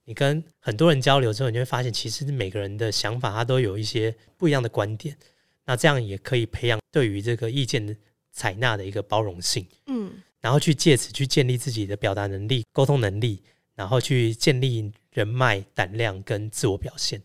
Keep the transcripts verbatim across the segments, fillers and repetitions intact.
你跟很多人交流之后，你就会发现其实每个人的想法他都有一些不一样的观点，那这样也可以培养对于这个意见的采纳的一个包容性，嗯，然后去借此去建立自己的表达能力、沟通能力，然后去建立人脉、胆量跟自我表现。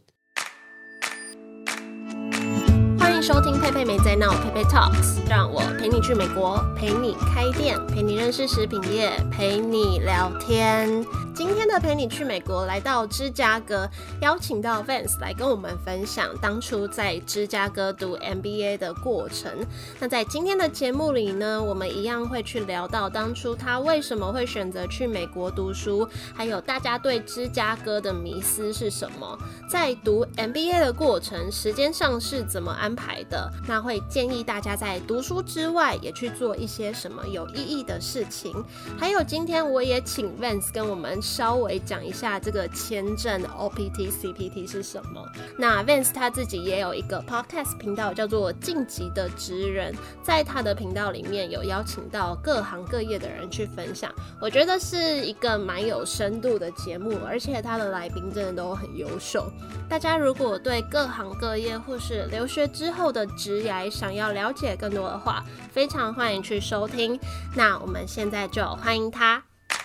欢迎收听佩佩没在闹，佩佩 Talks， 让我陪你去美国，陪你开店，陪你认识食品业，陪你聊天。今天的陪你去美国来到芝加哥，邀请到 Vance 来跟我们分享当初在芝加哥读 M B A 的过程。那在今天的节目里呢，我们一样会去聊到当初他为什么会选择去美国读书，还有大家对芝加哥的迷思是什么，在读 M B A 的过程时间上是怎么安排的，那会建议大家在读书之外也去做一些什么有意义的事情。还有今天我也请 Vance 跟我们稍微讲一下这个签证 O P T、C P T 是什么。那 Vance 他自己也有一个 podcast 频道叫做晋级的职人，在他的频道里面有邀请到各行各业的人去分享，我觉得是一个蛮有深度的节目，而且他的来宾真的都很优秀。大家如果对各行各业或是留学之后的职涯想要了解更多的话，非常欢迎去收听。那我们现在就欢迎他。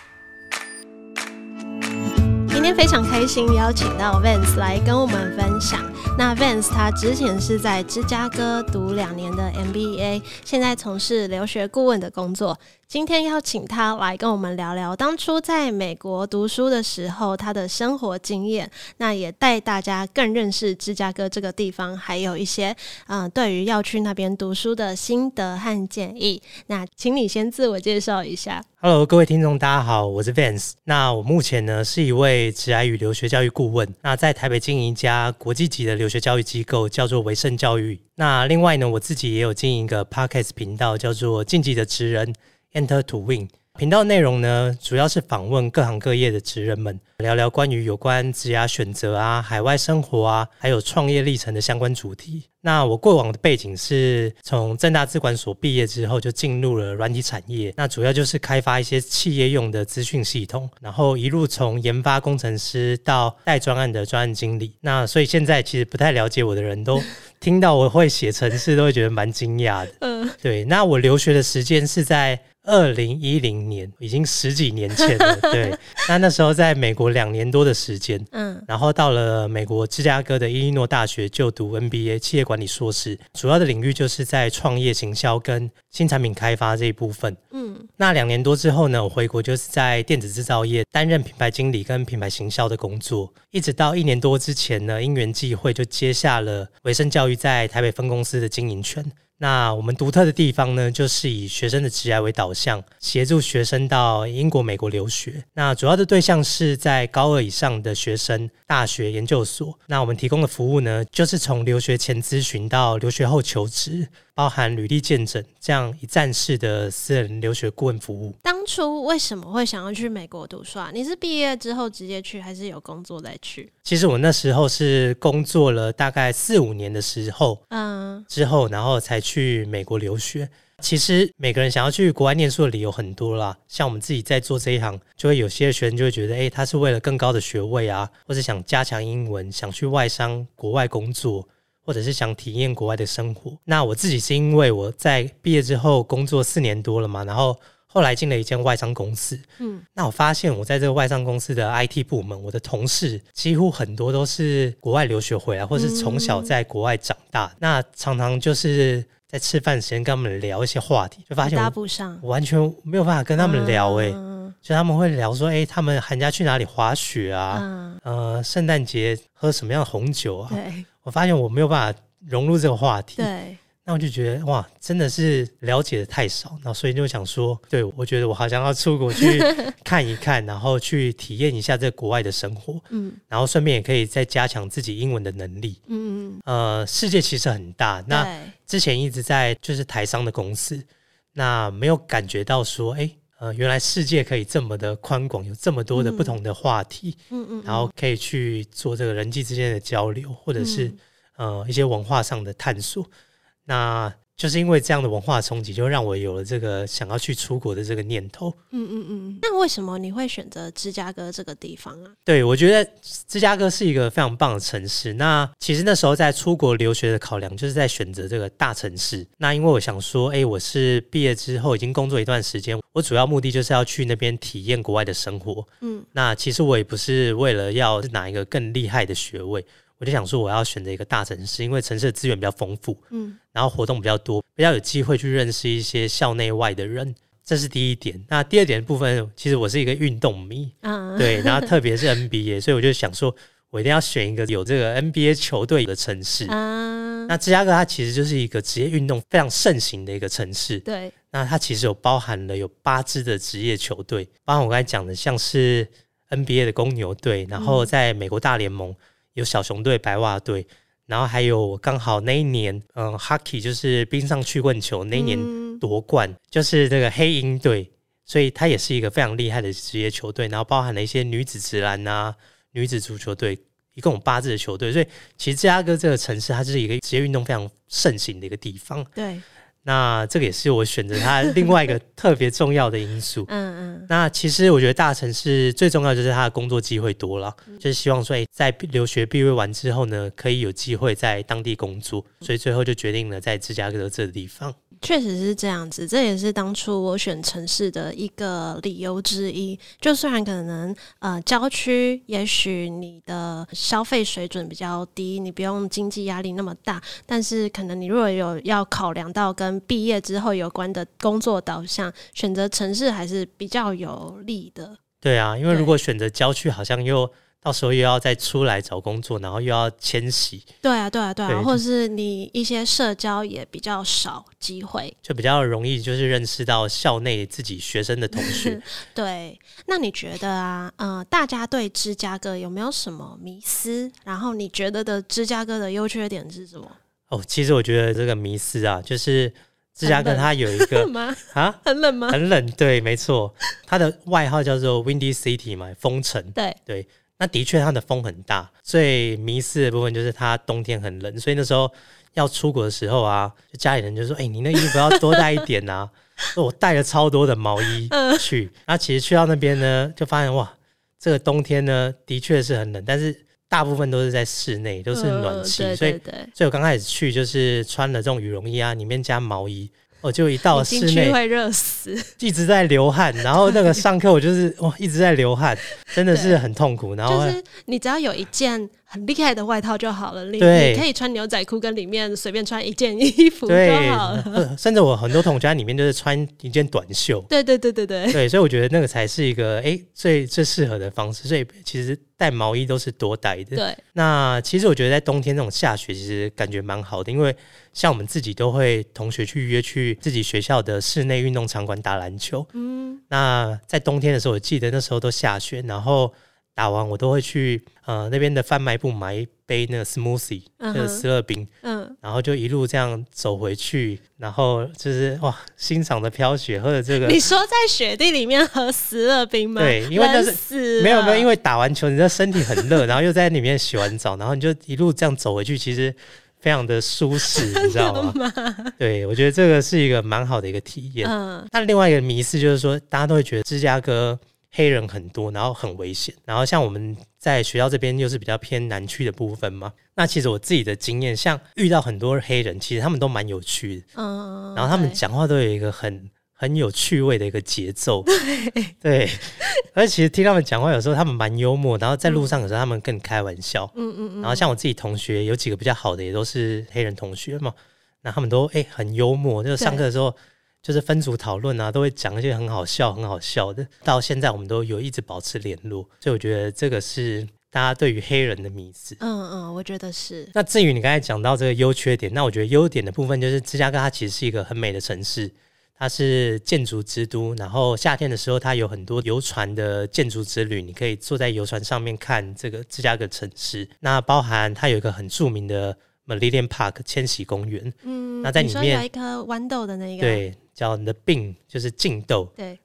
今天非常开心邀请到 Vance 来跟我们分享。那 Vance 他之前是在芝加哥读两年的 M B A， 现在从事留学顾问的工作。今天邀请他来跟我们聊聊当初在美国读书的时候他的生活经验，那也带大家更认识芝加哥这个地方，还有一些、呃、对于要去那边读书的心得和建议。那请你先自我介绍一下。 Hello， 各位听众大家好，我是 Vance。 那我目前呢是一位职涯与留学教育顾问，那在台北经营一家国际级的留学教育机构叫做维盛教育。那另外呢，我自己也有经营一个 Podcast 频道叫做晋级的职人 Enter to Win。 频道内容呢主要是访问各行各业的职人们，聊聊关于有关职涯选择啊、海外生活啊，还有创业历程的相关主题。那我过往的背景是从政大资管所毕业之后就进入了软体产业，那主要就是开发一些企业用的资讯系统，然后一路从研发工程师到带专案的专案经理。那所以现在其实不太了解我的人都听到我会写程式都会觉得蛮惊讶的。嗯，对。那我留学的时间是在二零一零年，已经十几年前了。对，那那时候在美国两年多的时间，嗯，然后到了美国芝加哥的伊利诺大学就读 M B A 企业管理硕士，主要的领域就是在创业行销跟新产品开发这一部分。嗯，那两年多之后呢，我回国就是在电子制造业担任品牌经理跟品牌行销的工作，一直到一年多之前呢，因缘际会就接下了维盛教育在台北分公司的经营权。那我们独特的地方呢，就是以学生的职涯为导向，协助学生到英国、美国留学。那主要的对象是在高二以上的学生、大学、研究所。那我们提供的服务呢，就是从留学前咨询到留学后求职，包含履历见证这样一站式的私人留学顾问服务。 当初为什么会想要去美国读书啊？你是毕业之后直接去，还是有工作再去？ 其实我那时候是工作了大概四五年的时候，嗯，之后然后才去美国留学。其实每个人想要去国外念书的理由很多啦，像我们自己在做这一行，就会有些学生就会觉得，哎，他是为了更高的学位啊，或者想加强英文，想去外商国外工作，或者是想体验国外的生活。那我自己是因为我在毕业之后工作四年多了嘛，然后后来进了一间外商公司，嗯，那我发现我在这个外商公司的 I T 部门，我的同事几乎很多都是国外留学回来，或是从小在国外长大，嗯，那常常就是在吃饭时间跟他们聊一些话题，就发现 我, 搭不上我完全没有办法跟他们聊。欸嗯，就他们会聊说，哎，他们寒假去哪里滑雪啊，嗯，呃，圣诞节喝什么样的红酒啊，对，我发现我没有办法融入这个话题。对，那我就觉得哇，真的是了解的太少，那所以就想说，对，我觉得我好像要出国去看一看然后去体验一下这国外的生活，嗯，然后顺便也可以再加强自己英文的能力。嗯，呃，世界其实很大，那之前一直在就是台商的公司，那没有感觉到说，哎，呃，原来世界可以这么的宽广，有这么多的不同的话题，嗯嗯，然后可以去做这个人际之间的交流，或者是、嗯、呃一些文化上的探索。那就是因为这样的文化冲击，就让我有了这个想要去出国的这个念头。 嗯嗯嗯。那为什么你会选择芝加哥这个地方啊？ 对，我觉得芝加哥是一个非常棒的城市。那其实那时候在出国留学的考量，就是在选择这个大城市。那因为我想说，哎，我是毕业之后已经工作一段时间，我主要目的就是要去那边体验国外的生活。嗯，那其实我也不是为了要拿一个更厉害的学位。我就想说我要选择一个大城市，因为城市的资源比较丰富，嗯，然后活动比较多，比较有机会去认识一些校内外的人，这是第一点。那第二点的部分，其实我是一个运动迷，嗯，对，然后特别是 N B A， 所以我就想说我一定要选一个有这个 N B A 球队的城市。嗯，那芝加哥它其实就是一个职业运动非常盛行的一个城市， 对， 那它其实有包含了有八支的职业球队，包含我刚才讲的像是 N B A 的公牛队，然后在美国大联盟。嗯，有小熊队、白袜队，然后还有刚好那一年，嗯 ，hockey 就是冰上曲棍球那一年夺冠，嗯，就是这个黑鹰队，所以它也是一个非常厉害的职业球队。然后包含了一些女子职篮啊、女子足球队，一共有八支的球队。所以其实芝加哥这个城市，它是一个职业运动非常盛行的一个地方。 对。 那这个也是我选择它另外一个特别重要的因素。嗯嗯。那其实我觉得大城市最重要就是它的工作机会多了，嗯，就是希望说，欸，在留学毕业完之后呢，可以有机会在当地工作，所以最后就决定了在芝加哥这个地方。 确实是这样子，这也是当初我选城市的一个理由之一。就虽然可能呃郊区也许你的消费水准比较低，你不用经济压力那么大，但是可能你如果有要考量到跟毕业之后有关的工作导向，选择城市还是比较有利的。 对啊，因为如果选择郊区，好像又到时候又要再出来找工作，然后又要迁徙。对啊对啊对啊，或者是你一些社交也比较少机会， 就比较容易就是认识到校内自己学生的同学。 对，那你觉得啊，呃，大家对芝加哥有没有什么迷思？然后你觉得的芝加哥的优缺点是什么？ 哦，其实我觉得这个迷思啊，就是芝加哥它有一个啊，很冷吗？ 很冷，对，没错，它的外号叫做 Windy City 嘛，风城。 对对。那的确它的风很大，最迷思的部分就是它冬天很冷，所以那时候要出国的时候啊，就家里人就说，哎，欸，你那衣服要多带一点啊。我带了超多的毛衣去，那其实去到那边呢，就发现哇，这个冬天呢的确是很冷，但是大部分都是在室内，都是暖气， 呃、对对对， 所以所以我刚开始去就是穿了这种羽绒衣啊，里面加毛衣。我就一到室内， 进去会热死， 一直在流汗，然后那个上课我就是哇一直在流汗，真的是很痛苦。然后就是你只要有一件很厉害的外套就好了，你你可以穿牛仔裤跟里面随便穿一件衣服就好了。 甚至我很多同学里面就是穿一件短袖。 对对对对对对，所以我觉得那个才是一个哎最最适合的方式。所以其实带毛衣都是多带的。 对， 那其实我觉得在冬天那种下雪，其实感觉蛮好的，因为像我们自己都会同学去约去自己学校的室内运动场馆打篮球。嗯，那在冬天的时候，我记得那时候都下雪，然后打完我都会去呃那边的贩卖部买一杯那个 smoothie，那个思乐冰，嗯，然后就一路这样走回去，然后就是哇欣赏着飘雪，喝着这个。 你说在雪地里面喝思乐冰吗？ 对，因为那是没有没有，因为打完球你的身体很热，然后又在里面洗完澡，然后你就一路这样走回去，其实非常的舒适，你知道吗？对，我觉得这个是一个蛮好的一个体验。嗯，那另外一个迷思就是说，大家都会觉得芝加哥黑人很多，然后很危险。然后像我们在学校这边又是比较偏南区的部分嘛，那其实我自己的经验，像遇到很多黑人，其实他们都蛮有趣的。嗯，然后他们讲话都有一个很很有趣味的一个节奏。对，对，而且其实听他们讲话，有时候他们蛮幽默，然后在路上有时候他们更开玩笑。嗯嗯嗯。然后像我自己同学有几个比较好的，也都是黑人同学嘛，那他们都哎很幽默，就是上课的时候。就是分组讨论啊，都会讲一些很好笑很好笑的，到现在我们都有一直保持联络，所以我觉得这个是大家对于黑人的迷思。 嗯嗯，我觉得是。 那至于你刚才讲到这个优缺点，那我觉得优点的部分就是芝加哥它其实是一个很美的城市，它是建筑之都，然后夏天的时候它有很多游船的建筑之旅，你可以坐在游船上面看这个芝加哥城市。那包含它有一个很著名的 Millennium Park 千禧公园，嗯，那在里面你说有一颗豌豆的那个， 对，叫 The Bean， 就是劲豆。 对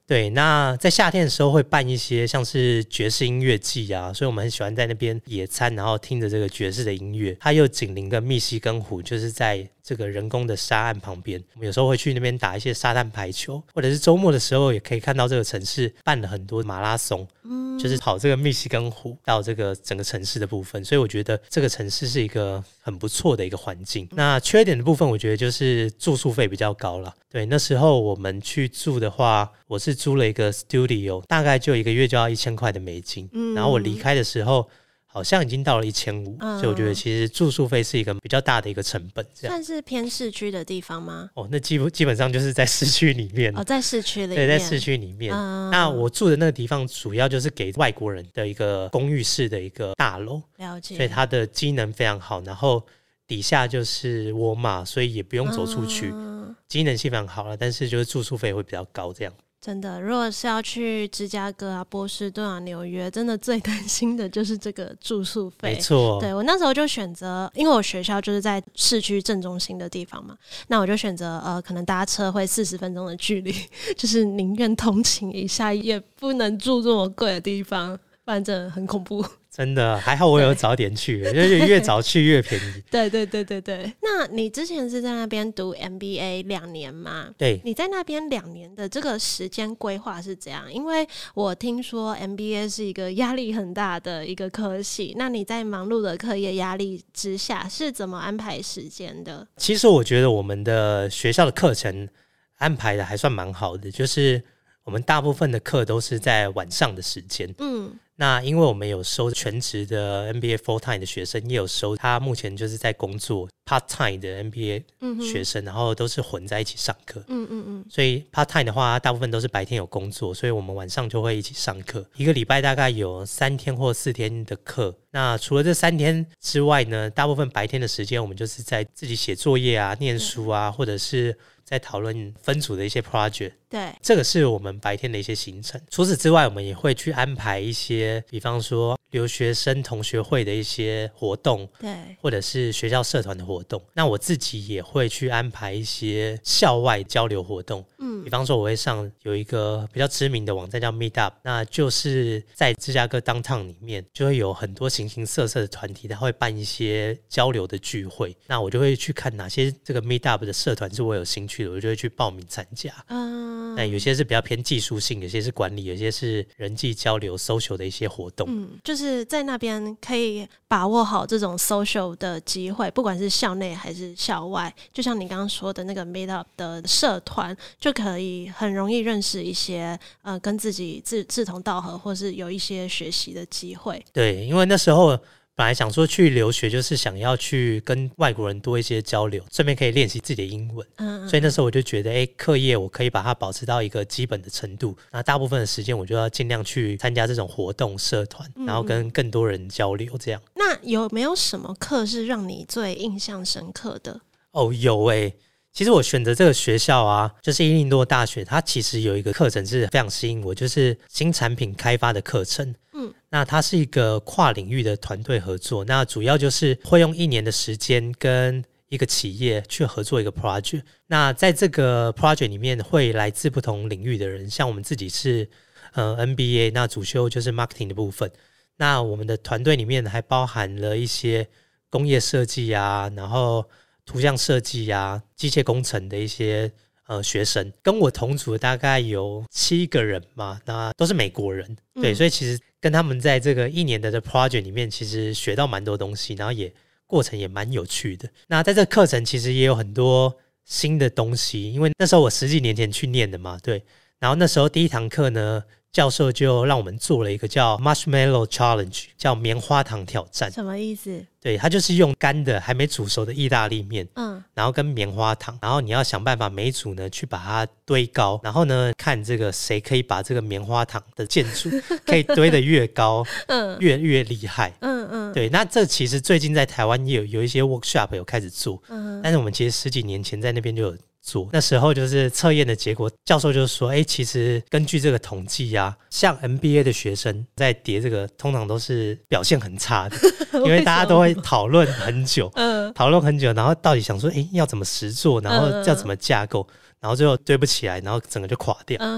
对，那在夏天的时候会办一些像是爵士音乐季啊，所以我们很喜欢在那边野餐，然后听着这个爵士的音乐。它又紧邻个密西根湖，就是在这个人工的沙岸旁边，我们有时候会去那边打一些沙滩排球，或者是周末的时候也可以看到这个城市办了很多马拉松，嗯，就是跑这个密西根湖到这个整个城市的部分，所以我觉得这个城市是一个很不错的一个环境。那缺点的部分我觉得就是住宿费比较高啦。对，那时候我们去住的话，我是租了一个 studio， 大概就一个月就要一千块的美金，嗯，然后我离开的时候好像已经到了一千五，所以我觉得其实住宿费是一个比较大的一个成本。这样算是偏市区的地方吗？ 哦，那基本基本上就是在市区里面。 哦，在市区里面。 对，在市区里面。嗯、那我住的那个地方主要就是给外国人的一个公寓式的一个大楼， 了解。 所以它的机能非常好，然后底下就是沃尔玛，所以也不用走出去，嗯、机能性非常好了，但是就是住宿费会比较高这样。 真的，如果是要去芝加哥啊、波士顿啊、纽约，真的最担心的就是这个住宿费。 没错， 对，我那时候就选择，因为我学校就是在市区正中心的地方嘛，那我就选择呃，可能搭车会四十分钟的距离，就是宁愿通勤一下，也不能住这么贵的地方，不然真的很恐怖。 真的还好我有早点去，就是越早去越便宜。 对对对对对。那你之前是在那边读 M B A 两年吗？ 对。 你在那边两年的这个时间规划是怎样？因为我听说 M B A 是一个压力很大的一个科系，那你在忙碌的课业压力之下是怎么安排时间的？ 其实我觉得我们的学校的课程安排的还算蛮好的，就是我们大部分的课都是在晚上的时间。嗯。那因为我们有收全职的 M B A full time 的学生，也有收他目前就是在工作 part time 的 M B A 学生，嗯、然后都是混在一起上课。嗯嗯嗯。所以 part time 的话，大部分都是白天有工作，所以我们晚上就会一起上课。一个礼拜大概有三天或四天的课。那除了这三天之外呢，大部分白天的时间我们就是在自己写作业啊、念书啊，或者是在讨论分组的一些 project。 对， 这个是我们白天的一些行程。除此之外，我们也会去安排一些，比方说留学生同学会的一些活动， 对， 或者是学校社团的活动。那我自己也会去安排一些校外交流活动，嗯，比方说我会上有一个比较知名的网站叫 Meetup， 那就是在芝加哥 downtown 里面就会有很多形形色色的团体，他会办一些交流的聚会。那我就会去看哪些这个 Meetup 的社团是我有兴趣的，我就会去报名参加。嗯。那有些是比较偏技术性，有些是管理，有些是人际交流 social 的一些活动。 嗯，就是在那边可以把握好这种 social 的机会，不管是校内还是校外。就像你刚刚说的那个 Meetup 的社团，就可以很容易认识一些呃跟自己志志同道合，或是有一些学习的机会。 对，因为那时候本来想说去留学就是想要去跟外国人多一些交流，顺便可以练习自己的英文。嗯嗯，所以那时候我就觉得哎，课业我可以把它保持到一个基本的程度，那大部分的时间我就要尽量去参加这种活动社团，然后跟更多人交流这样。 那有没有什么课是让你最印象深刻的？ 哦，有耶、欸其实我选择这个学校啊，就是伊利诺大学，它其实有一个课程是非常吸引我，就是新产品开发的课程。嗯，那它是一个跨领域的团队合作，那主要就是会用一年的时间跟一个企业去合作一个 project。那在这个 project 里面会来自不同领域的人，像我们自己是呃 M B A， 那主修就是 marketing 的部分。那我们的团队里面还包含了一些工业设计啊，然后图像设计啊、机械工程的一些呃学生，跟我同组的大概有七个人嘛，那都是美国人，对、嗯，所以其实跟他们在这个一年的的 project 里面，其实学到蛮多东西，然后也过程也蛮有趣的。那在这个课程其实也有很多新的东西，因为那时候我十几年前去念的嘛，对，然后那时候第一堂课呢，教授就让我们做了一个叫 Marshmallow Challenge， 叫棉花糖挑战。 什么意思？ 对，它就是用干的还没煮熟的意大利面，嗯，然后跟棉花糖，然后你要想办法每组呢去把它堆高，然后呢看这个谁可以把这个棉花糖的建筑可以堆得越高，嗯，越越厉害，嗯嗯，对。那这其实最近在台湾也有有一些 workshop 有开始做，嗯，但是我们其实十几年前在那边就有做，那时候就是测验的结果，教授就说，哎，其实根据这个统计啊，像 M B A 的学生在叠这个通常都是表现很差的，因为大家都会讨论很久，嗯，讨论很久，然后到底想说，哎，要怎么实做，然后要怎么架构，然后最后堆不起来，然后整个就垮掉。嗯，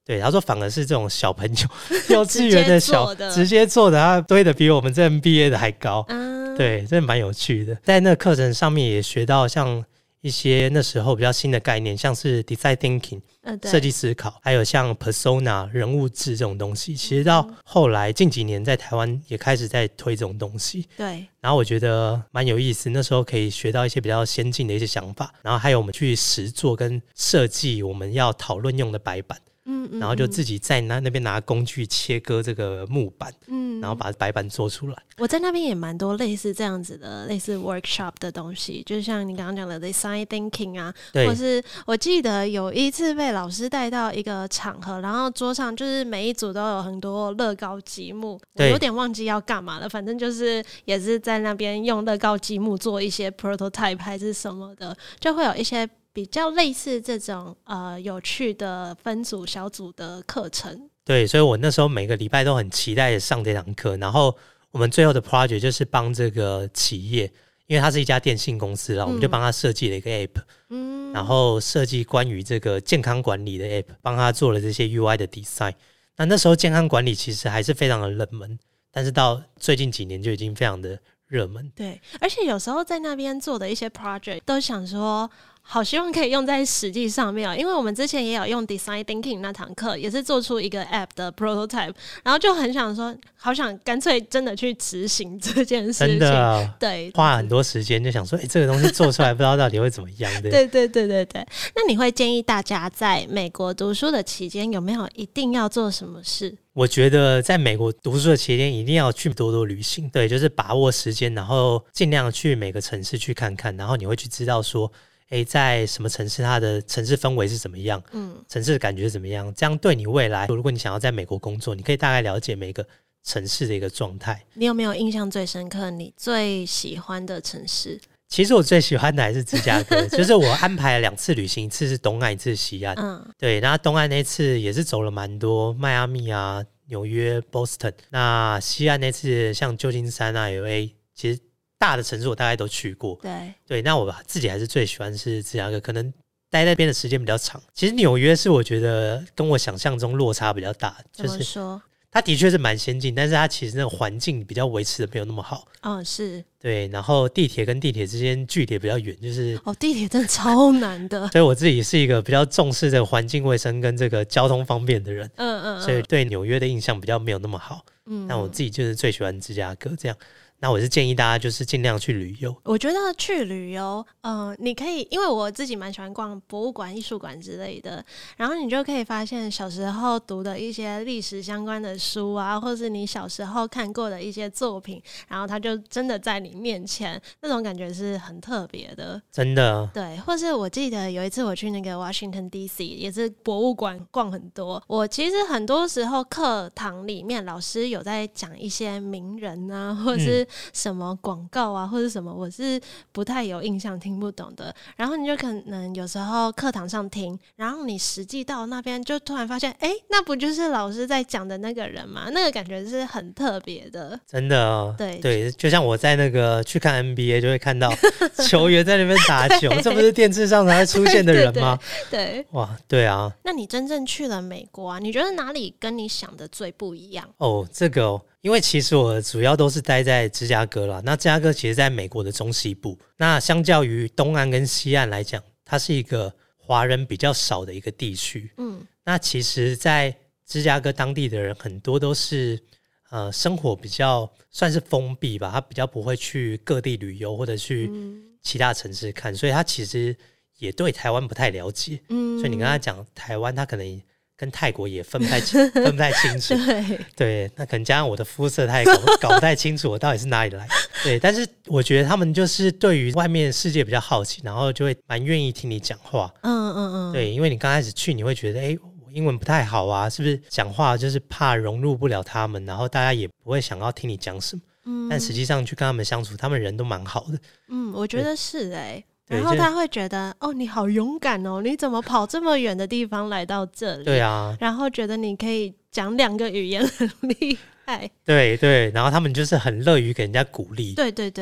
对，他说反而是这种小朋友幼稚园的小直接做的，他堆的比我们这 M B A 的还高、嗯、对，真的蛮有趣的。在那个课程上面也学到像一些那时候比较新的概念，像是 design thinking、呃、设计思考，还有像 persona 人物志这种东西，其实到后来近几年在台湾也开始在推这种东西。对，然后我觉得蛮有意思，那时候可以学到一些比较先进的一些想法，然后还有我们去实作跟设计我们要讨论用的白板，嗯嗯嗯，然后就自己在 那, 那边拿工具切割这个木板，嗯，然后把白板做出来。 我在那边也蛮多类似这样子的类似 workshop 的东西，就像你刚刚讲的 design thinking 啊，或是我记得有一次被老师带到一个场合，然后桌上就是每一组都有很多乐高积木，我有点忘记要干嘛了，反正就是也是在那边用乐高积木做一些 prototype 还是什么的，就会有一些比较类似这种呃有趣的分组小组的课程。 对，所以我那时候每个礼拜都很期待上这堂课，然后我们最后的 project 就是帮这个企业，因为它是一家电信公司啦、嗯、我们就帮他设计了一个 app、嗯、然后设计关于这个健康管理的 app， 帮他做了这些 U I 的 design。 那那时候健康管理其实还是非常的冷门，但是到最近几年就已经非常的热门。 对，而且有时候在那边做的一些 project 都想说好希望可以用在实际上面、哦、因为我们之前也有用 design thinking 那堂课，也是做出一个 app 的 prototype， 然后就很想说好想干脆真的去执行这件事情，真的对， 花很多时间就想说哎、欸，这个东西做出来不知道到底会怎么样的。 对对对对对。那你会建议大家在美国读书的期间有没有一定要做什么事？ 我觉得在美国读书的期间一定要去多多旅行，对，就是把握时间，然后尽量去每个城市去看看，然后你会去知道说诶，在什么城市它的城市氛围是怎么样、嗯、城市的感觉是怎么样，这样对你未来如果你想要在美国工作，你可以大概了解每个城市的一个状态。 你有没有印象最深刻你最喜欢的城市？ 其实我最喜欢的还是芝加哥就是我安排了两次旅行，一次是东岸，一次是西岸、嗯、对，那东岸那次也是走了蛮多迈阿密啊、纽约、Boston， 那西岸那次像旧金山啊、L A， 其实大的城市我大概都去过。对对，那我自己还是最喜欢是芝加哥，可能待在那边的时间比较长。其实纽约是我觉得跟我想象中落差比较大， 怎么说？就是它的确是蛮先进，但是它其实那个环境比较维持的没有那么好。 哦，是。 对，然后地铁跟地铁之间距离比较远，就是哦，地铁真的超难的。 所以我自己是一个比较重视这个环境卫生跟这个交通方便的人。嗯嗯嗯。所以对纽约的印象比较没有那么好。嗯。但我自己就是最喜欢芝加哥这样。那我是建议大家就是尽量去旅游。 我觉得去旅游呃，你可以，因为我自己蛮喜欢逛博物馆、艺术馆之类的，然后你就可以发现小时候读的一些历史相关的书啊，或是你小时候看过的一些作品，然后它就真的在你面前，那种感觉是很特别的。 真的。 对，或是我记得有一次我去那个 Washington D C 也是博物馆逛很多，我其实很多时候课堂里面老师有在讲一些名人啊，或是、嗯什么广告啊或者什么我是不太有印象听不懂的，然后你就可能有时候课堂上听，然后你实际到那边就突然发现哎，那不就是老师在讲的那个人吗？那个感觉是很特别的。 真的哦。对对，就像我在那个去看 N B A 就会看到球员在那边打球这不是电视上才会出现的人吗？ 对, 对, 对。 哇，对啊。 那你真正去了美国啊，你觉得哪里跟你想的最不一样？ 哦，这个哦，因为其实我主要都是待在芝加哥啦，那芝加哥其实在美国的中西部，那相较于东岸跟西岸来讲，它是一个华人比较少的一个地区。嗯，那其实在芝加哥当地的人很多都是呃生活比较算是封闭吧，他比较不会去各地旅游或者去其他城市看、嗯、所以他其实也对台湾不太了解。嗯，所以你跟他讲台湾，他可能跟泰国也分不太清分不太清楚。对对，那可能加上我的肤色他也 搞, 搞不太清楚我到底是哪里来的。对，但是我觉得他们就是对于外面世界比较好奇，然后就会蛮愿意听你讲话。嗯嗯嗯，对，因为你刚开始去你会觉得哎，我英文不太好啊，是不是讲话就是怕融入不了他们，然后大家也不会想要听你讲什么。嗯，但实际上去跟他们相处，他们人都蛮好的。 嗯，我觉得是哎、欸，然后他会觉得哦，你好勇敢哦，你怎么跑这么远的地方来到这里？对啊，然后觉得你可以讲两个语言很厉害。 对对，然后他们就是很乐于给人家鼓励。 对对对，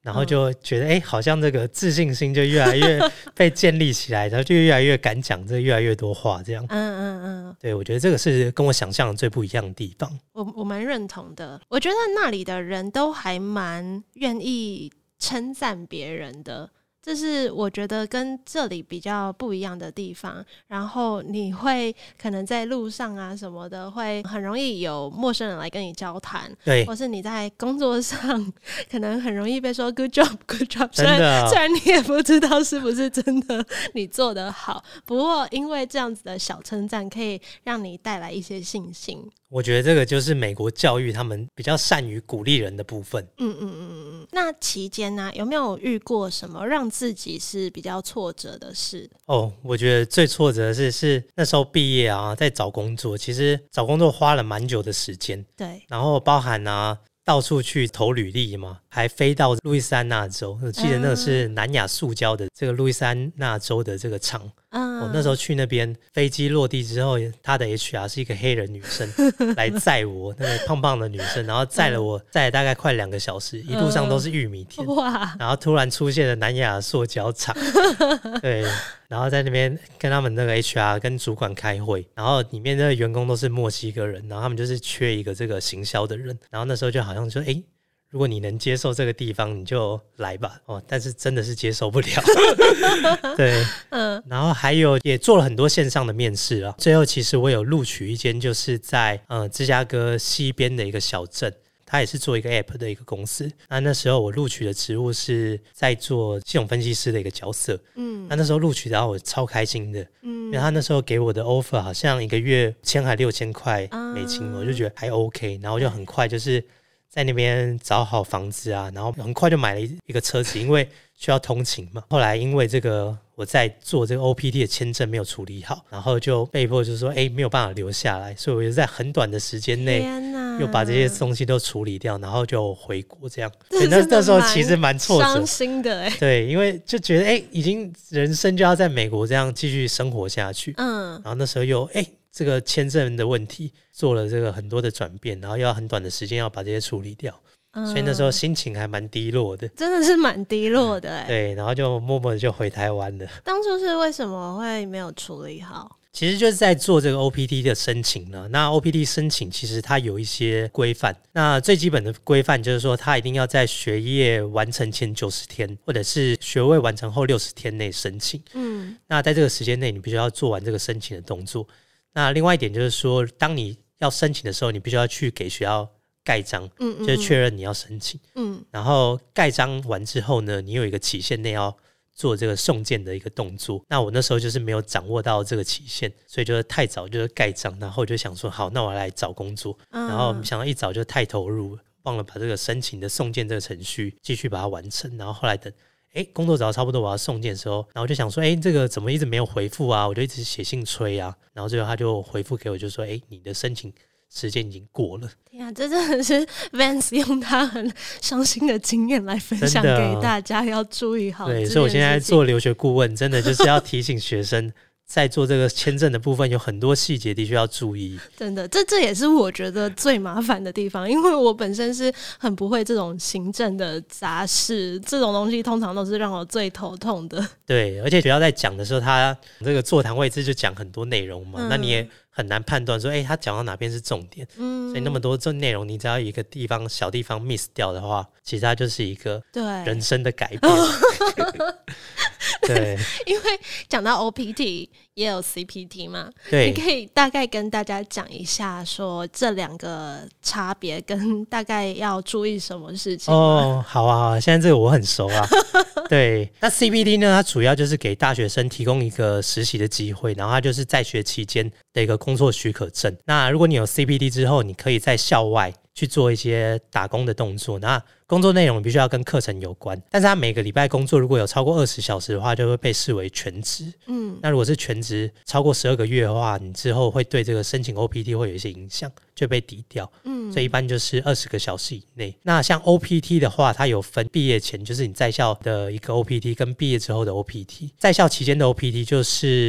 然后就觉得哎、嗯，好像这个自信心就越来越被建立起来，然后就越来越敢讲这越来越多话这样。 嗯嗯嗯， 对，我觉得这个是跟我想象的最不一样的地方。 我我蛮认同的，我觉得那里的人都还蛮愿意称赞别人的。这是我觉得跟这里比较不一样的地方，然后你会可能在路上啊什么的会很容易有陌生人来跟你交谈， 对， 或是你在工作上可能很容易被说 good job good job， 真的虽然你也不知道是不是真的你做得好，不过因为这样子的小称赞可以让你带来一些信心。 我觉得这个就是美国教育他们比较善于鼓励人的部分。 嗯嗯嗯嗯。那期间呢、啊，有没有遇过什么让自己是比较挫折的事？ 哦，我觉得最挫折的是是那时候毕业啊，在找工作，其实找工作花了蛮久的时间。 对， 然后包含啊到处去投履历嘛，还飞到路易斯安那州，我记得那个是南亚塑胶的这个路易斯安那州的这个厂。嗯，我那时候去那边，飞机落地之后，他的 H R 是一个黑人女生来载我，那个胖胖的女生，然后载了我载了大概快两个小时，一路上都是玉米田。哇！然后突然出现了南亚塑胶厂，对，然后在那边跟他们那个 H R 跟主管开会，然后里面的员工都是墨西哥人，然后他们就是缺一个这个行销的人，然后那时候就好像说，哎，如果你能接受这个地方，你就来吧。哦，但是真的是接受不了。对，嗯，然后还有也做了很多线上的面试啊。最后其实我有录取一间，就是在呃芝加哥西边的一个小镇，他也是做一个 app 的一个公司。那那时候我录取的职务是在做系统分析师的一个角色。嗯，那那时候录取然后我超开心的。嗯，因为他那时候给我的 offer 好像一个月千还六千块美金，嗯，我就觉得还 OK， 然后就很快就是在那边找好房子啊，然后很快就买了一个车子，因为需要通勤嘛。后来因为这个我在做这个 O P T 的签证没有处理好，然后就被迫就是说哎没有办法留下来，所以我就在很短的时间内又把这些东西都处理掉，然后就回国这样。所以那那时候其实蛮挫折伤心的耶。 对，因为就觉得哎已经人生就要在美国这样继续生活下去，嗯，然后那时候又哎这个签证的问题做了这个很多的转变，然后要很短的时间要把这些处理掉，嗯，所以那时候心情还蛮低落的， 真的是蛮低落的耶。 对，然后就默默的就回台湾了。 当初是为什么会没有处理好？ 其实就是在做这个 O P T 的申请呢。那 O P T 申请其实它有一些规范，那最基本的规范就是说它一定要在学业完成前九十天，或者是学位完成后六十天内申请。嗯，那在这个时间内你必须要做完这个申请的动作。那另外一点就是说，当你要申请的时候，你必须要去给学校盖章，嗯嗯嗯，就是确认你要申请。嗯，然后盖章完之后呢，你有一个期限内要做这个送件的一个动作。那我那时候就是没有掌握到这个期限，所以就是太早就是盖章，然后我就想说好，那我来找工作，嗯，然后想到一早就太投入了，忘了把这个申请的送件这个程序继续把它完成。然后后来等哎，工作找到差不多我要送件的时候，然后我就想说哎，这个怎么一直没有回复啊，我就一直写信催啊，然后最后他就回复给我，就说哎，你的申请时间已经过了。 天啊，这真的是 Vance 用他很伤心的经验来分享给大家，要注意好。 对，所以我现在做留学顾问，真的就是要提醒学生在做这个签证的部分有很多细节的确要注意。 真的，这这也是我觉得最麻烦的地方，因为我本身是很不会这种行政的杂事，这种东西通常都是让我最头痛的。 对，而且学校在讲的时候，他这个座谈位置就讲很多内容嘛，嗯，那你也很难判断说哎，他讲到哪边是重点。嗯，所以那么多这内容你只要一个地方小地方 miss 掉的话，其实它就是一个人生的改变。对， 因为讲到 O P T 也有 C P T 嘛，对，你可以大概跟大家讲一下说这两个差别跟大概要注意什么事情吗？ 哦，好啊，好啊，现在这个我很熟啊。对，那 C P T 呢，它主要就是给大学生提供一个实习的机会，然后它就是在学期间的一个工作许可证。那如果你有 C P T 之后，你可以在校外去做一些打工的动作，那工作内容必须要跟课程有关，但是他每个礼拜工作如果有超过二十小时的话，就会被视为全职。嗯，那如果是全职超过十二个月的话，你之后会对这个申请 O P T 会有一些影响，就被抵掉。嗯，所以一般就是二十个小时以内。那像 O P T 的话，它有分毕业前就是你在校的一个 O P T 跟毕业之后的 O P T。在校期间的 O P T 就是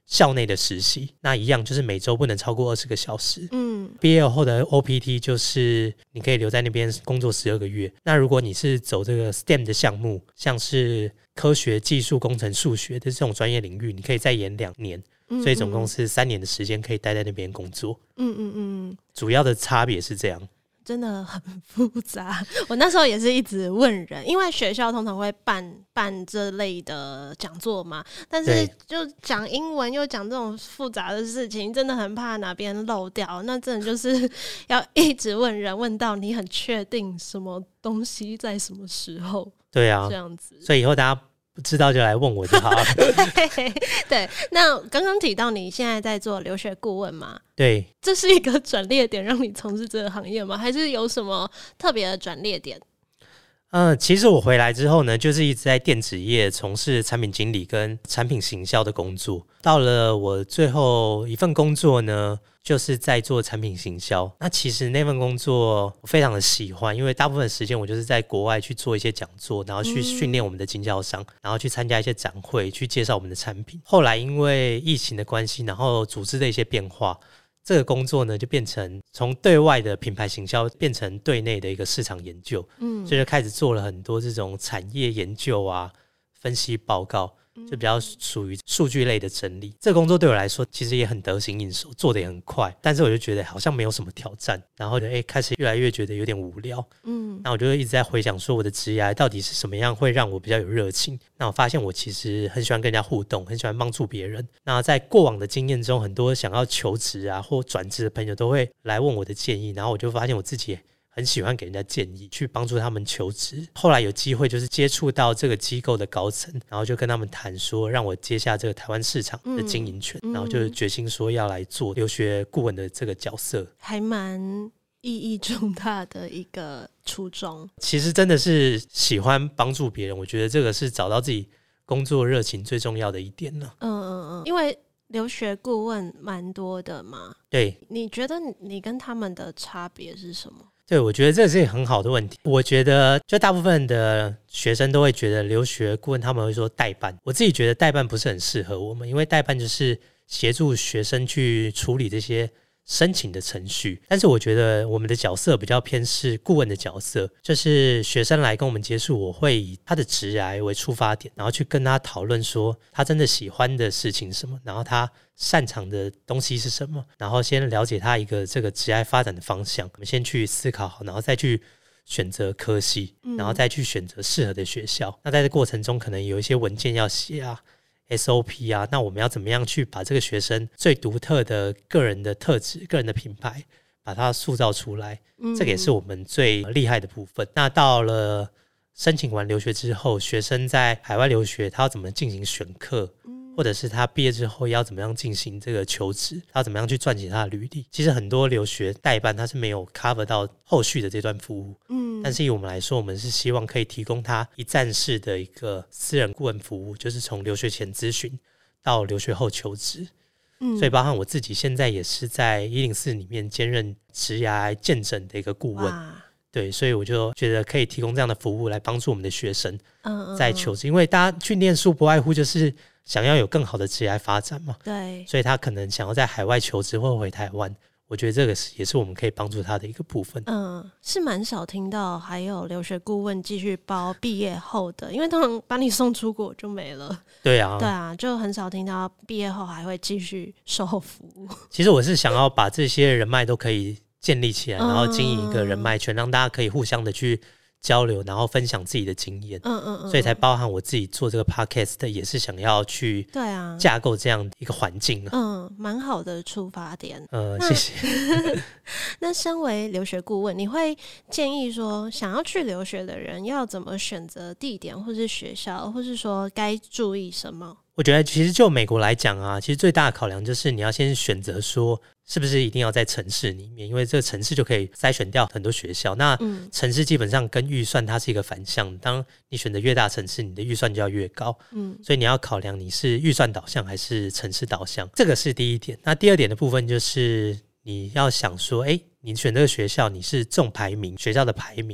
校内的实习，那一样就是每周不能超过二十个小时。 嗯， 毕业后的 O P T 就是你可以留在那边工作十二个月。那如果你是走这个 S T E M 的项目，像是科学、技术、工程、数学的这种专业领域，你可以再延两年。所以总共是三年的时间可以待在那边工作。嗯嗯嗯，主要的差别是这样。 真的很复杂，我那时候也是一直问人，因为学校通常会办办这类的讲座嘛，但是就讲英文又讲这种复杂的事情，真的很怕哪边漏掉，那真的就是要一直问人，问到你很确定什么东西在什么时候。 对啊， 这样子， 所以以后大家不知道就来问我就好了。 对, 对，那刚刚提到你现在在做留学顾问嘛？ 对， 这是一个转捩点让你从事这个行业吗？还是有什么特别的转捩点？ 嗯，其实我回来之后呢，就是一直在电子业从事产品经理跟产品行销的工作。到了我最后一份工作呢，就是在做产品行销。那其实那份工作我非常的喜欢，因为大部分时间我就是在国外去做一些讲座，然后去训练我们的经销商，然后去参加一些展会，去介绍我们的产品。后来因为疫情的关系，然后组织的一些变化，这个工作呢就变成从对外的品牌行销变成对内的一个市场研究。嗯，所以就开始做了很多这种产业研究啊、分析报告，就比较属于数据类的整理。这个工作对我来说其实也很得心应手，做得也很快，但是我就觉得好像没有什么挑战，然后就、欸、开始越来越觉得有点无聊。嗯，那我就一直在回想说我的职业到底是什么样会让我比较有热情。那我发现我其实很喜欢跟人家互动，很喜欢帮助别人。那在过往的经验中，很多想要求职啊或转职的朋友都会来问我的建议，然后我就发现我自己很喜欢给人家建议，去帮助他们求职。后来有机会就是接触到这个机构的高层，然后就跟他们谈说让我接下这个台湾市场的经营权、嗯、然后就决心说要来做留学顾问的这个角色， 还蛮意义重大的一个初衷。 其实真的是喜欢帮助别人，我觉得这个是找到自己工作热情最重要的一点了。 嗯嗯嗯，因为留学顾问蛮多的嘛。 对， 你觉得你跟他们的差别是什么？ 对，我觉得这是一个很好的问题。我觉得就大部分的学生都会觉得留学顾问他们会说代办，我自己觉得代办不是很适合我们，因为代办就是协助学生去处理这些申请的程序。但是我觉得我们的角色比较偏是顾问的角色，就是学生来跟我们接触，我会以他的职涯为出发点，然后去跟他讨论说他真的喜欢的事情是什么，然后他擅长的东西是什么，然后先了解他一个这个职业发展的方向，我们先去思考好，然后再去选择科系，然后再去选择适合的学校、嗯、那在这过程中可能有一些文件要写啊 S O P 啊，那我们要怎么样去把这个学生最独特的个人的特质、个人的品牌把它塑造出来、嗯、这个也是我们最厉害的部分。那到了申请完留学之后，学生在海外留学他要怎么进行选课、嗯或者是他毕业之后要怎么样进行这个求职，他要怎么样去撰写他的履历。其实很多留学代办他是没有 cover 到后续的这段服务，嗯，但是以我们来说，我们是希望可以提供他一站式的一个私人顾问服务，就是从留学前咨询到留学后求职。嗯，所以包含我自己现在也是在一零四里面兼任职涯健诊的一个顾问。对，所以我就觉得可以提供这样的服务来帮助我们的学生在求职、嗯嗯嗯、因为大家去念书不外乎就是想要有更好的职业发展嘛， 对， 所以他可能想要在海外求职或回台湾，我觉得这个也是我们可以帮助他的一个部分。 嗯，是蛮少听到还有留学顾问继续包毕业后的，因为通常把你送出国就没了。 对啊， 对啊，就很少听到毕业后还会继续售后服务。 其实我是想要把这些人脉都可以建立起来，然后经营一个人脉圈、嗯、让大家可以互相的去交流，然后分享自己的经验。嗯嗯嗯，所以才包含我自己做这个 podcast 也是想要去对啊架构这样一个环境、啊、 嗯，蛮好的出发点。 呃，谢谢。 那身为留学顾问，你会建议说想要去留学的人要怎么选择地点或是学校，或是说该注意什么？ 我觉得其实就美国来讲啊，其实最大的考量就是你要先选择说是不是一定要在城市里面，因为这个城市就可以筛选掉很多学校。那城市基本上跟预算它是一个反向，当你选择越大城市，你的预算就要越高。嗯，所以你要考量你是预算导向还是城市导向，这个是第一点。那第二点的部分就是你要想说，哎，你选这个学校你是重排名学校的排名，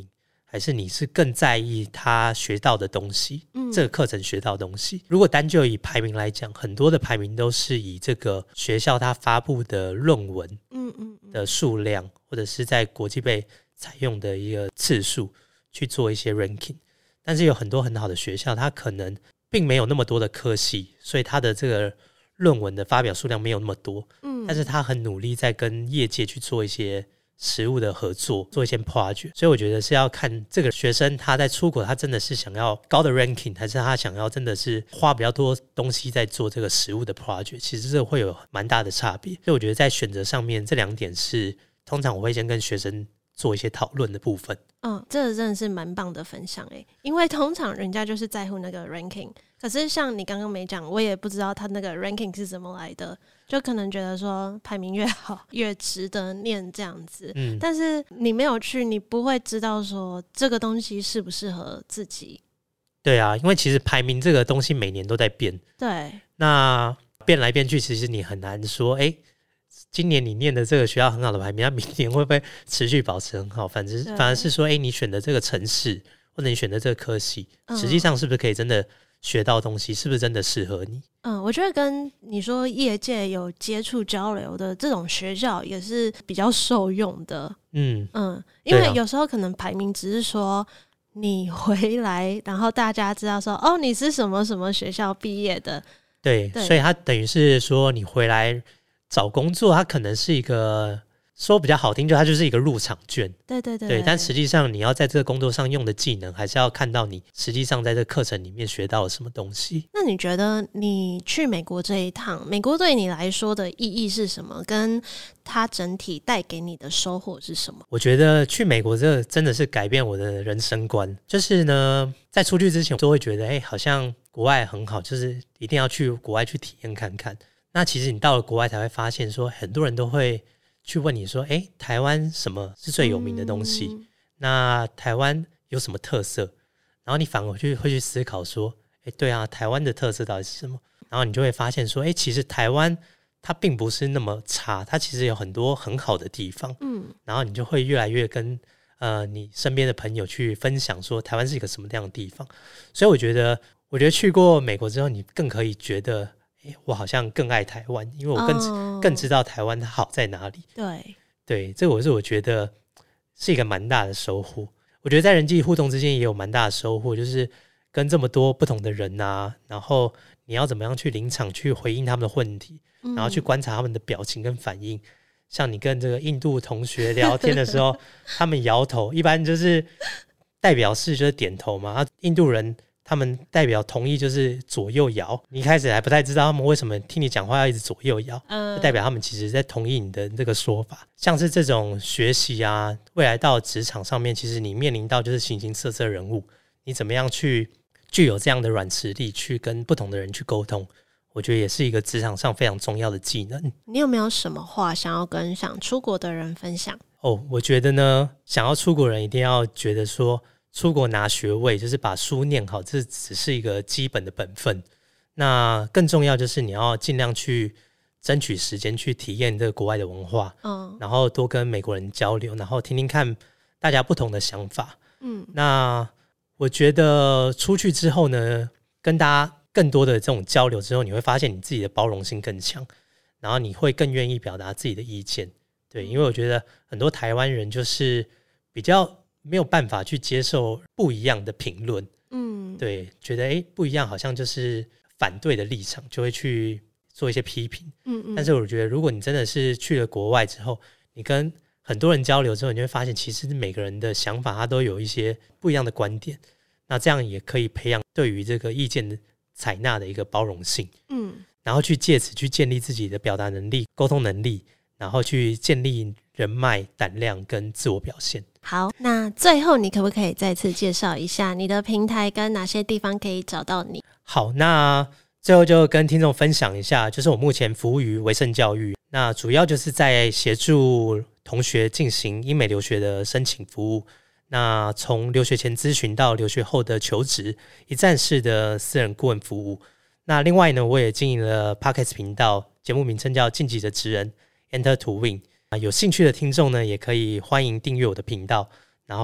还是你是更在意他学到的东西、嗯、这个课程学到的东西。如果单就以排名来讲，很多的排名都是以这个学校他发布的论文的数量、嗯嗯嗯、或者是在国际被采用的一个次数去做一些 ranking。 但是有很多很好的学校，它可能并没有那么多的科系，所以它的这个论文的发表数量没有那么多、嗯、但是他很努力在跟业界去做一些实务的合作，做一些 project。 所以我觉得是要看这个学生他在出国，他真的是想要高的 ranking， 还是他想要真的是花比较多东西在做这个实务的 project， 其实这个会有蛮大的差别。所以我觉得在选择上面，这两点是通常我会先跟学生做一些讨论的部分。 嗯，这个真的是蛮棒的分享诶，因为通常人家就是在乎那个 ranking， 可是像你刚刚没讲，我也不知道他那个 ranking 是怎么来的，就可能觉得说排名越好越值得念这样子、嗯、但是你没有去，你不会知道说这个东西适不适合自己。 对啊，因为其实排名这个东西每年都在变， 对， 那变来变去，其实你很难说诶今年你念的这个学校很好的排名，那明年会不会持续保持很好？反正反而是说，哎，你选的这个城市或者你选的这个科系，嗯、实际上是不是可以真的学到东西？是不是真的适合你？ 嗯，我觉得跟你说业界有接触交流的这种学校也是比较受用的。嗯嗯，因为有时候可能排名只是说你回来，然后大家知道说，哦，你是什么什么学校毕业的。 对，对，所以它等于是说你回来找工作，它可能是一个说比较好听，就它就是一个入场券。 对对 对, 对，但实际上你要在这个工作上用的技能，还是要看到你实际上在这个课程里面学到了什么东西。 那你觉得你去美国这一趟，美国对你来说的意义是什么？跟它整体带给你的收获是什么？ 我觉得去美国这个真的是改变我的人生观。就是呢，在出去之前我都会觉得，哎，好像国外很好，就是一定要去国外去体验看看。那其实你到了国外才会发现说，很多人都会去问你说，诶，台湾什么是最有名的东西、嗯、那台湾有什么特色，然后你反而会去会去思考说，诶，对啊，台湾的特色到底是什么？然后你就会发现说，诶，其实台湾它并不是那么差，它其实有很多很好的地方。嗯，然后你就会越来越跟呃你身边的朋友去分享说，台湾是一个什么样的地方。所以我觉得我觉得去过美国之后，你更可以觉得我好像更爱台湾，因为我更、oh. 更知道台湾它好在哪里。 对对，这个是我觉得是一个蛮大的收获。我觉得在人际互动之间也有蛮大的收获，就是跟这么多不同的人啊，然后你要怎么样去临场去回应他们的问题、嗯、然后去观察他们的表情跟反应。像你跟这个印度同学聊天的时候他们摇头，一般就是代表是就是点头嘛，印度人他们代表同意就是左右摇，你一开始还不太知道他们为什么听你讲话要一直左右摇、嗯、代表他们其实在同意你的这个说法。像是这种学习啊，未来到职场上面，其实你面临到就是形形色色人物，你怎么样去具有这样的软实力去跟不同的人去沟通，我觉得也是一个职场上非常重要的技能。 你有没有什么话想要跟想出国的人分享？ 哦，我觉得呢，想要出国人一定要觉得说，出国拿学位就是把书念好，这只是一个基本的本分。那更重要就是你要尽量去争取时间去体验这个国外的文化、嗯、然后多跟美国人交流，然后听听看大家不同的想法、嗯、那我觉得出去之后呢，跟大家更多的这种交流之后，你会发现你自己的包容性更强，然后你会更愿意表达自己的意见。对，因为我觉得很多台湾人就是比较没有办法去接受不一样的评论，嗯，对，觉得诶不一样好像就是反对的立场，就会去做一些批评，嗯嗯。但是我觉得如果你真的是去了国外之后，你跟很多人交流之后，你就会发现其实每个人的想法他都有一些不一样的观点，那这样也可以培养对于这个意见的采纳的一个包容性，嗯，然后去借此去建立自己的表达能力、沟通能力，然后去建立人脉、胆量跟自我表现。 好，那最后你可不可以再次介绍一下你的平台跟哪些地方可以找到你？ 好，那最后就跟听众分享一下，就是我目前服务于维盛教育，那主要就是在协助同学进行英美留学的申请服务，那从留学前咨询到留学后的求职，一站式的私人顾问服务。那另外呢，我也经营了 Podcast 频道，节目名称叫晋级的职人 Enter to Win。有兴趣的听众呢，也可以欢迎订阅我的频道，然后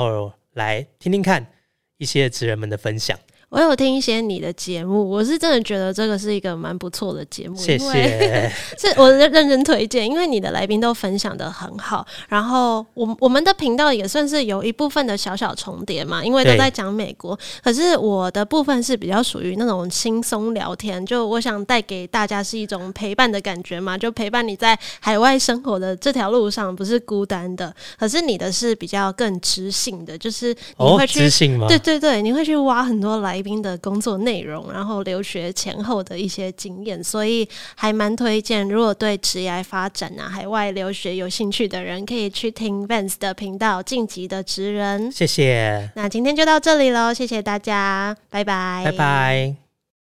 来听听看一些职人们的分享。 我有听一些你的节目，我是真的觉得这个是一个蛮不错的节目， 谢谢， 是我认真推荐，因为你的来宾都分享得很好，然后我我们的频道也算是有一部分的小小重叠嘛，因为都在讲美国，可是我的部分是比较属于那种轻松聊天，就我想带给大家是一种陪伴的感觉嘛，就陪伴你在海外生活的这条路上不是孤单的，可是你的是比较更知性的，就是你会去、 哦、知性吗？ 对对对，你会去挖很多来宾的工作内容，然后留学前后的一些经验，所以还蛮推荐，如果对职业发展啊、海外留学有兴趣的人，可以去听 Vance 的频道晋级的职人。 谢谢， 那今天就到这里咯，谢谢大家，拜拜， 拜拜。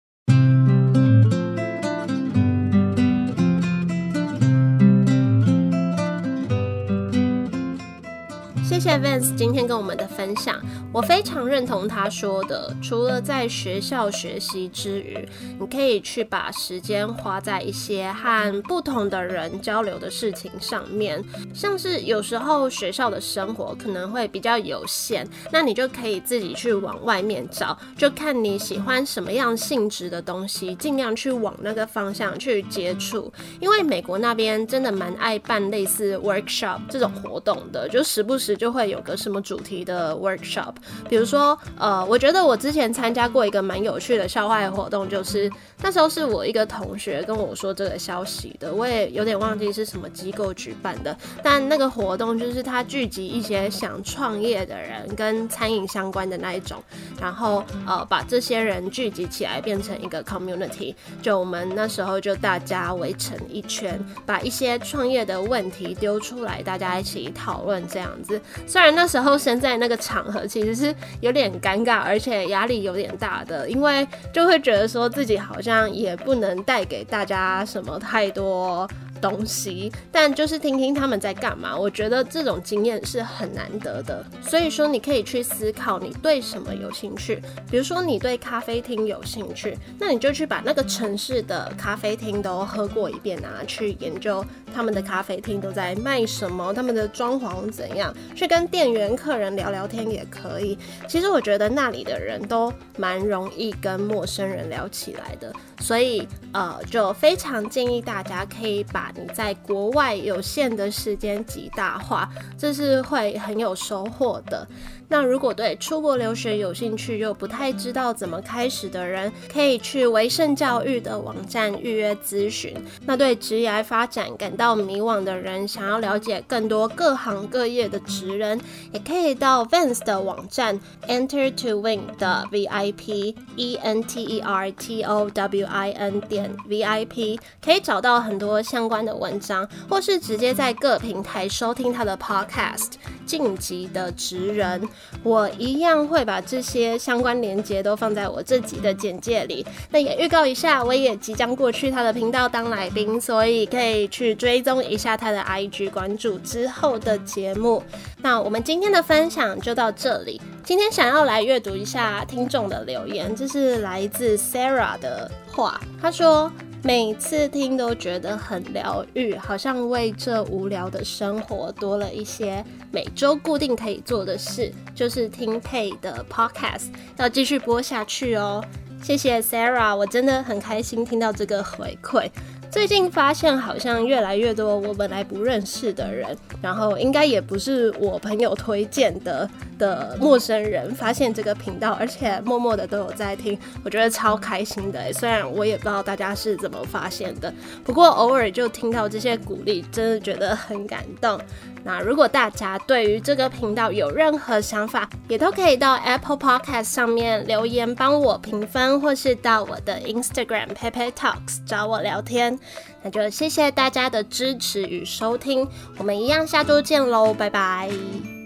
谢谢 Vance 今天跟我们的分享，我非常认同他说的，除了在学校学习之余，你可以去把时间花在一些和不同的人交流的事情上面，像是有时候学校的生活可能会比较有限，那你就可以自己去往外面找，就看你喜欢什么样性质的东西，尽量去往那个方向去接触，因为美国那边真的蛮爱办类似 workshop 这种活动的，就时不时就会有个什么主题的 workshop， 比如说呃，我觉得我之前参加过一个蛮有趣的校外活动，就是那时候是我一个同学跟我说这个消息的，我也有点忘记是什么机构举办的，但那个活动就是他聚集一些想创业的人跟餐饮相关的那一种，然后呃把这些人聚集起来变成一个 community， 就我们那时候就大家围成一圈，把一些创业的问题丢出来，大家一起讨论这样子。虽然那时候身在那个场合其实是有点尴尬，而且压力有点大的，因为就会觉得说自己好像也不能带给大家什么太多东西，但就是听听他们在干嘛，我觉得这种经验是很难得的。所以说你可以去思考你对什么有兴趣，比如说你对咖啡厅有兴趣，那你就去把那个城市的咖啡厅都喝过一遍啊，去研究他们的咖啡厅都在卖什么，他们的装潢怎样，去跟店员客人聊聊天也可以。其实我觉得那里的人都蛮容易跟陌生人聊起来的，所以呃，就非常建议大家可以把你在国外有限的时间极大化，这是会很有收获的。那如果对出国留学有兴趣又不太知道怎么开始的人，可以去维盛教育的网站预约咨询。那对职业发展感到迷惘的人，想要了解更多各行各业的职人，也可以到 Vance 的网站 Enter to Win 的 V I P E N T E R T O W I N 点 V I P， 可以找到很多相关的文章，或是直接在各平台收听他的 podcast 晋级的职人。我一样会把这些相关连结都放在我这集的简介里。那也预告一下，我也即将过去他的频道当来宾，所以可以去追踪一下他的 I G， 关注之后的节目。那我们今天的分享就到这里。今天想要来阅读一下听众的留言，这是来自 Sarah 的话，她说每次听都觉得很疗愈，好像为这无聊的生活多了一些每周固定可以做的事，就是听佩的 podcast， 要继续播下去哦。谢谢 Sarah， 我真的很开心听到这个回馈。最近发现好像越来越多我本来不认识的人，然后应该也不是我朋友推荐的的陌生人发现这个频道，而且默默的都有在听，我觉得超开心的。虽然我也不知道大家是怎么发现的，不过偶尔就听到这些鼓励，真的觉得很感动。那如果大家对于这个频道有任何想法，也都可以到 Apple Podcast 上面留言帮我评分，或是到我的 Instagram Pepe Talks 找我聊天。那就谢谢大家的支持与收听，我们一样下周见咯，拜拜。